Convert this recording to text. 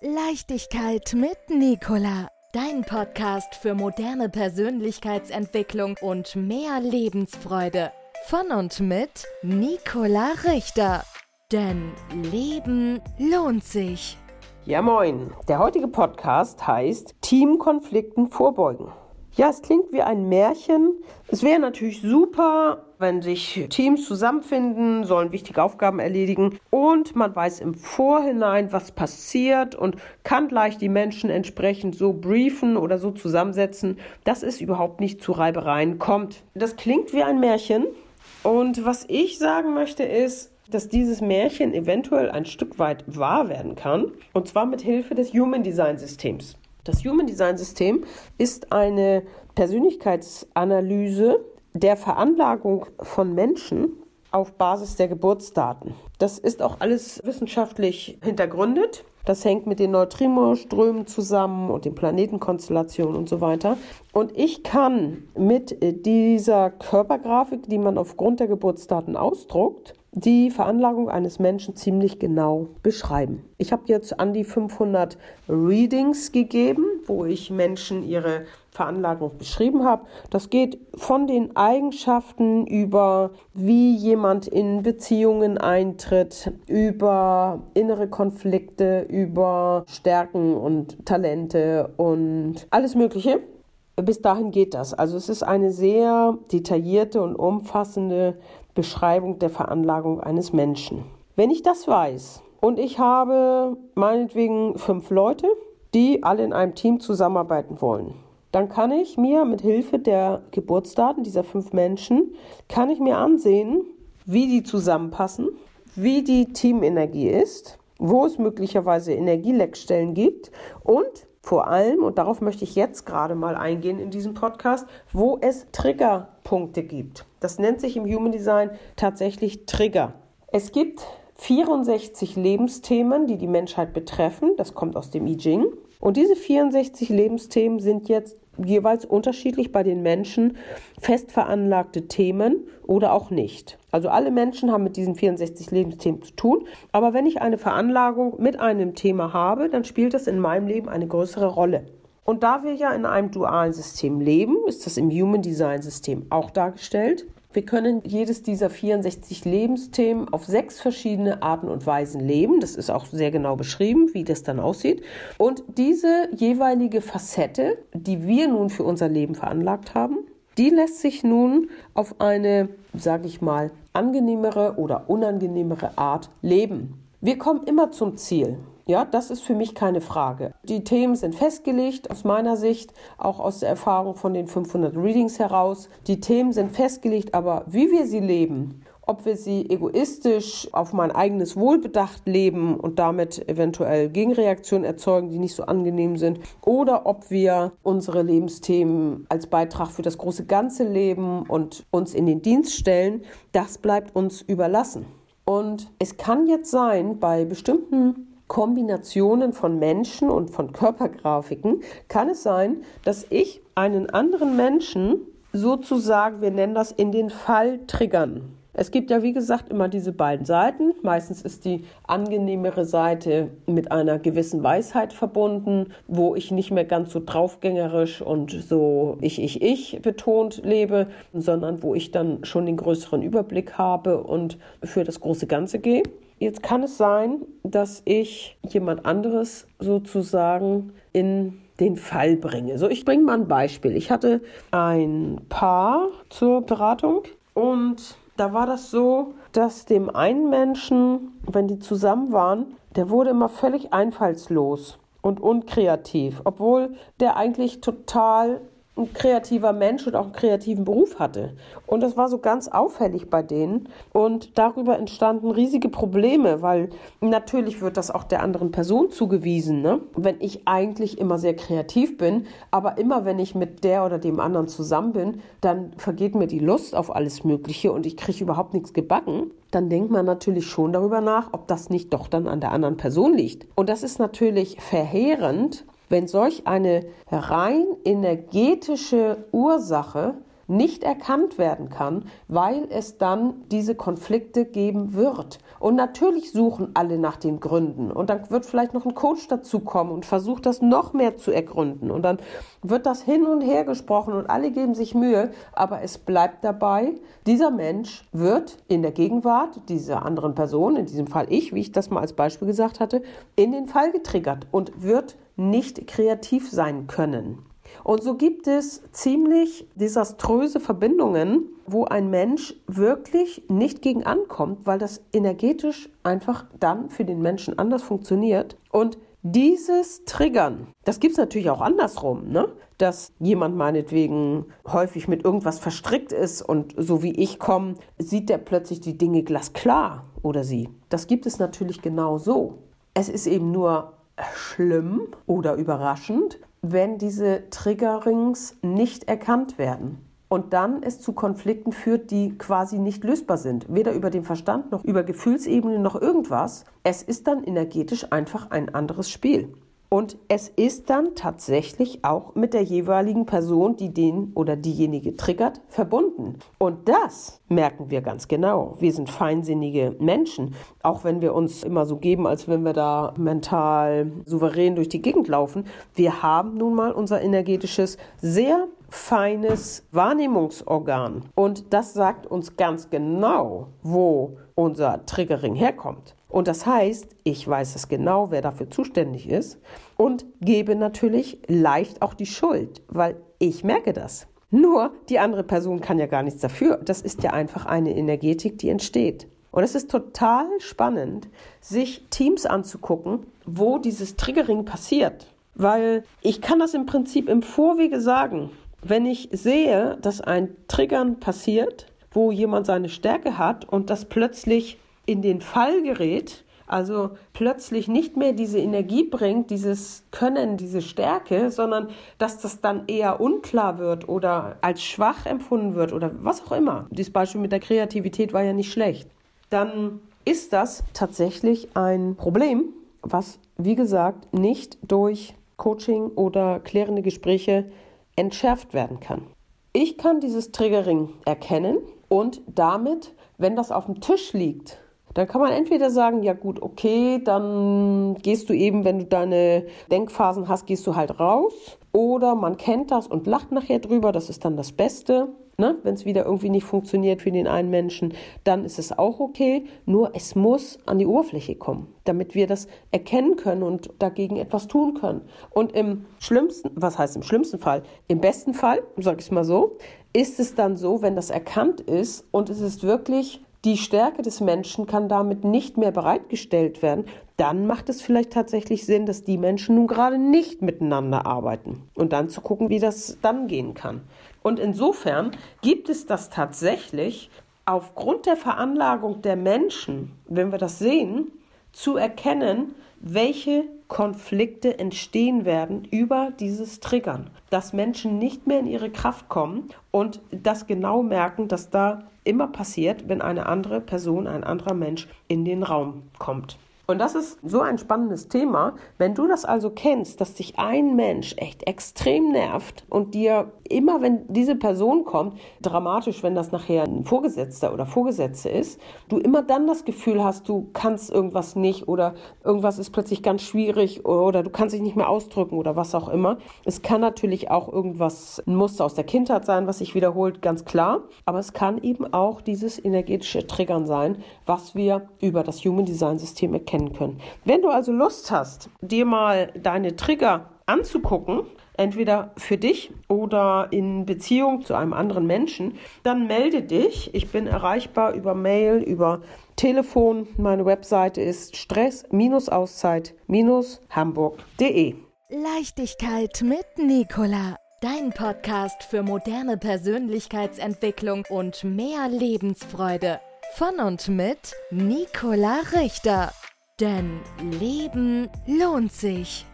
Leichtigkeit mit Nicola, dein Podcast für moderne Persönlichkeitsentwicklung und mehr Lebensfreude. Von und mit Nicola Richter. Denn Leben lohnt sich. Ja moin, der heutige Podcast heißt Teamkonflikten vorbeugen. Ja, es klingt wie ein Märchen. Es wäre natürlich super, wenn sich Teams zusammenfinden, sollen wichtige Aufgaben erledigen und man weiß im Vorhinein, was passiert und kann gleich die Menschen entsprechend so briefen oder so zusammensetzen, dass es überhaupt nicht zu Reibereien kommt. Das klingt wie ein Märchen und was ich sagen möchte ist, dass dieses Märchen eventuell ein Stück weit wahr werden kann, und zwar mit Hilfe des Human Design Systems. Das Human Design System ist eine Persönlichkeitsanalyse der Veranlagung von Menschen auf Basis der Geburtsdaten. Das ist auch alles wissenschaftlich hintergründet. Das hängt mit den Neutrinoströmen zusammen und den Planetenkonstellationen und so weiter. Und ich kann mit dieser Körpergrafik, die man aufgrund der Geburtsdaten ausdruckt, die Veranlagung eines Menschen ziemlich genau beschreiben. Ich habe jetzt an die 500 Readings gegeben, wo ich Menschen ihre Veranlagung beschrieben habe. Das geht von den Eigenschaften über, wie jemand in Beziehungen eintritt, über innere Konflikte, über Stärken und Talente und alles Mögliche. Bis dahin geht das. Also es ist eine sehr detaillierte und umfassende Beschreibung der Veranlagung eines Menschen. Wenn ich das weiß und ich habe meinetwegen 5 Leute, die alle in einem Team zusammenarbeiten wollen, dann kann ich mir mit Hilfe der Geburtsdaten dieser 5 Menschen, kann ich mir ansehen, wie die zusammenpassen, wie die Teamenergie ist, wo es möglicherweise Energieleckstellen gibt und vor allem, und darauf möchte ich jetzt gerade mal eingehen in diesem Podcast, wo es Triggerpunkte gibt. Das nennt sich im Human Design tatsächlich Trigger. Es gibt 64 Lebensthemen, die die Menschheit betreffen. Das kommt aus dem I Ching. Und diese 64 Lebensthemen sind jetzt jeweils unterschiedlich bei den Menschen fest veranlagte Themen oder auch nicht. Also alle Menschen haben mit diesen 64 Lebensthemen zu tun. Aber wenn ich eine Veranlagung mit einem Thema habe, dann spielt das in meinem Leben eine größere Rolle. Und da wir ja in einem dualen System leben, ist das im Human Design System auch dargestellt. Wir können jedes dieser 64 Lebensthemen auf 6 verschiedene Arten und Weisen leben. Das ist auch sehr genau beschrieben, wie das dann aussieht. Und diese jeweilige Facette, die wir nun für unser Leben veranlagt haben, die lässt sich nun auf eine, sage ich mal, angenehmere oder unangenehmere Art leben. Wir kommen immer zum Ziel. Ja, das ist für mich keine Frage. Die Themen sind festgelegt, aus meiner Sicht, auch aus der Erfahrung von den 500 Readings heraus. Die Themen sind festgelegt, aber wie wir sie leben, ob wir sie egoistisch auf mein eigenes Wohl bedacht leben und damit eventuell Gegenreaktionen erzeugen, die nicht so angenehm sind, oder ob wir unsere Lebensthemen als Beitrag für das große Ganze leben und uns in den Dienst stellen, das bleibt uns überlassen. Und es kann jetzt sein, bei bestimmten Kombinationen von Menschen und von Körpergrafiken kann es sein, dass ich einen anderen Menschen sozusagen, wir nennen das, in den Fall triggern. Es gibt ja, wie gesagt, immer diese beiden Seiten. Meistens ist die angenehmere Seite mit einer gewissen Weisheit verbunden, wo ich nicht mehr ganz so draufgängerisch und so ich betont lebe, sondern wo ich dann schon den größeren Überblick habe und für das große Ganze gehe. Jetzt kann es sein, dass ich jemand anderes sozusagen in den Fall bringe. So, ich bringe mal ein Beispiel. Ich hatte ein Paar zur Beratung und da war das so, dass dem einen Menschen, wenn die zusammen waren, der wurde immer völlig einfallslos und unkreativ, obwohl der eigentlich total ein kreativer Mensch und auch einen kreativen Beruf hatte. Und das war so ganz auffällig bei denen. Und darüber entstanden riesige Probleme, weil natürlich wird das auch der anderen Person zugewiesen, ne? Wenn ich eigentlich immer sehr kreativ bin, aber immer wenn ich mit der oder dem anderen zusammen bin, dann vergeht mir die Lust auf alles Mögliche und ich kriege überhaupt nichts gebacken. Dann denkt man natürlich schon darüber nach, ob das nicht doch dann an der anderen Person liegt. Und das ist natürlich verheerend, wenn solch eine rein energetische Ursache nicht erkannt werden kann, weil es dann diese Konflikte geben wird. Und natürlich suchen alle nach den Gründen. Und dann wird vielleicht noch ein Coach dazukommen und versucht das noch mehr zu ergründen. Und dann wird das hin und her gesprochen und alle geben sich Mühe. Aber es bleibt dabei, dieser Mensch wird in der Gegenwart dieser anderen Person, in diesem Fall ich, wie ich das mal als Beispiel gesagt hatte, in den Fall getriggert und wird nicht kreativ sein können. Und so gibt es ziemlich desaströse Verbindungen, wo ein Mensch wirklich nicht gegen ankommt, weil das energetisch einfach dann für den Menschen anders funktioniert. Und dieses Triggern, das gibt es natürlich auch andersrum, ne? Dass jemand meinetwegen häufig mit irgendwas verstrickt ist und so wie ich komme, sieht der plötzlich die Dinge glasklar oder sie. Das gibt es natürlich genau so. Es ist eben nur schlimm oder überraschend, wenn diese Triggerings nicht erkannt werden und dann es zu Konflikten führt, die quasi nicht lösbar sind, weder über den Verstand noch über Gefühlsebene noch irgendwas. Es ist dann energetisch einfach ein anderes Spiel. Und es ist dann tatsächlich auch mit der jeweiligen Person, die den oder diejenige triggert, verbunden. Und das merken wir ganz genau. Wir sind feinsinnige Menschen, auch wenn wir uns immer so geben, als wenn wir da mental souverän durch die Gegend laufen. Wir haben nun mal unser energetisches, sehr feines Wahrnehmungsorgan. Und das sagt uns ganz genau, wo unser Triggering herkommt. Und das heißt, ich weiß es genau, wer dafür zuständig ist und gebe natürlich leicht auch die Schuld, weil ich merke das. Nur die andere Person kann ja gar nichts dafür. Das ist ja einfach eine Energetik, die entsteht. Und es ist total spannend, sich Teams anzugucken, wo dieses Triggering passiert. Weil ich kann das im Prinzip im Vorwege sagen. Wenn ich sehe, dass ein Triggern passiert, wo jemand seine Stärke hat und das plötzlich in den Fall gerät, also plötzlich nicht mehr diese Energie bringt, dieses Können, diese Stärke, sondern dass das dann eher unklar wird oder als schwach empfunden wird oder was auch immer. Dieses Beispiel mit der Kreativität war ja nicht schlecht. Dann ist das tatsächlich ein Problem, was, wie gesagt, nicht durch Coaching oder klärende Gespräche entschärft werden kann. Ich kann dieses Triggering erkennen und damit, wenn das auf dem Tisch liegt, dann kann man entweder sagen, ja gut, okay, dann gehst du eben, wenn du deine Denkphasen hast, gehst du halt raus. Oder man kennt das und lacht nachher drüber, das ist dann das Beste. Ne? Wenn es wieder irgendwie nicht funktioniert für den einen Menschen, dann ist es auch okay. Nur es muss an die Oberfläche kommen, damit wir das erkennen können und dagegen etwas tun können. Und im schlimmsten, was heißt im schlimmsten Fall? Im besten Fall, sage ich es mal so, ist es dann so, wenn das erkannt ist und es ist wirklich die Stärke des Menschen kann damit nicht mehr bereitgestellt werden, dann macht es vielleicht tatsächlich Sinn, dass die Menschen nun gerade nicht miteinander arbeiten und dann zu gucken, wie das dann gehen kann. Und insofern gibt es das tatsächlich aufgrund der Veranlagung der Menschen, wenn wir das sehen, zu erkennen, welche Konflikte entstehen werden über dieses Triggern, dass Menschen nicht mehr in ihre Kraft kommen und das genau merken, dass da immer passiert, wenn eine andere Person, ein anderer Mensch in den Raum kommt. Und das ist so ein spannendes Thema. Wenn du das also kennst, dass dich ein Mensch echt extrem nervt und dir immer, wenn diese Person kommt, dramatisch, wenn das nachher ein Vorgesetzter oder Vorgesetzte ist, du immer dann das Gefühl hast, du kannst irgendwas nicht oder irgendwas ist plötzlich ganz schwierig oder du kannst dich nicht mehr ausdrücken oder was auch immer. Es kann natürlich auch irgendwas, ein Muster aus der Kindheit sein, was sich wiederholt, ganz klar. Aber es kann eben auch dieses energetische Triggern sein, was wir über das Human Design System erkennen können. Wenn du also Lust hast, dir mal deine Trigger anzugucken, entweder für dich oder in Beziehung zu einem anderen Menschen, dann melde dich. Ich bin erreichbar über Mail, über Telefon. Meine Webseite ist stress-auszeit-hamburg.de. Leichtigkeit mit Nicola. Dein Podcast für moderne Persönlichkeitsentwicklung und mehr Lebensfreude. Von und mit Nicola Richter. Denn Leben lohnt sich.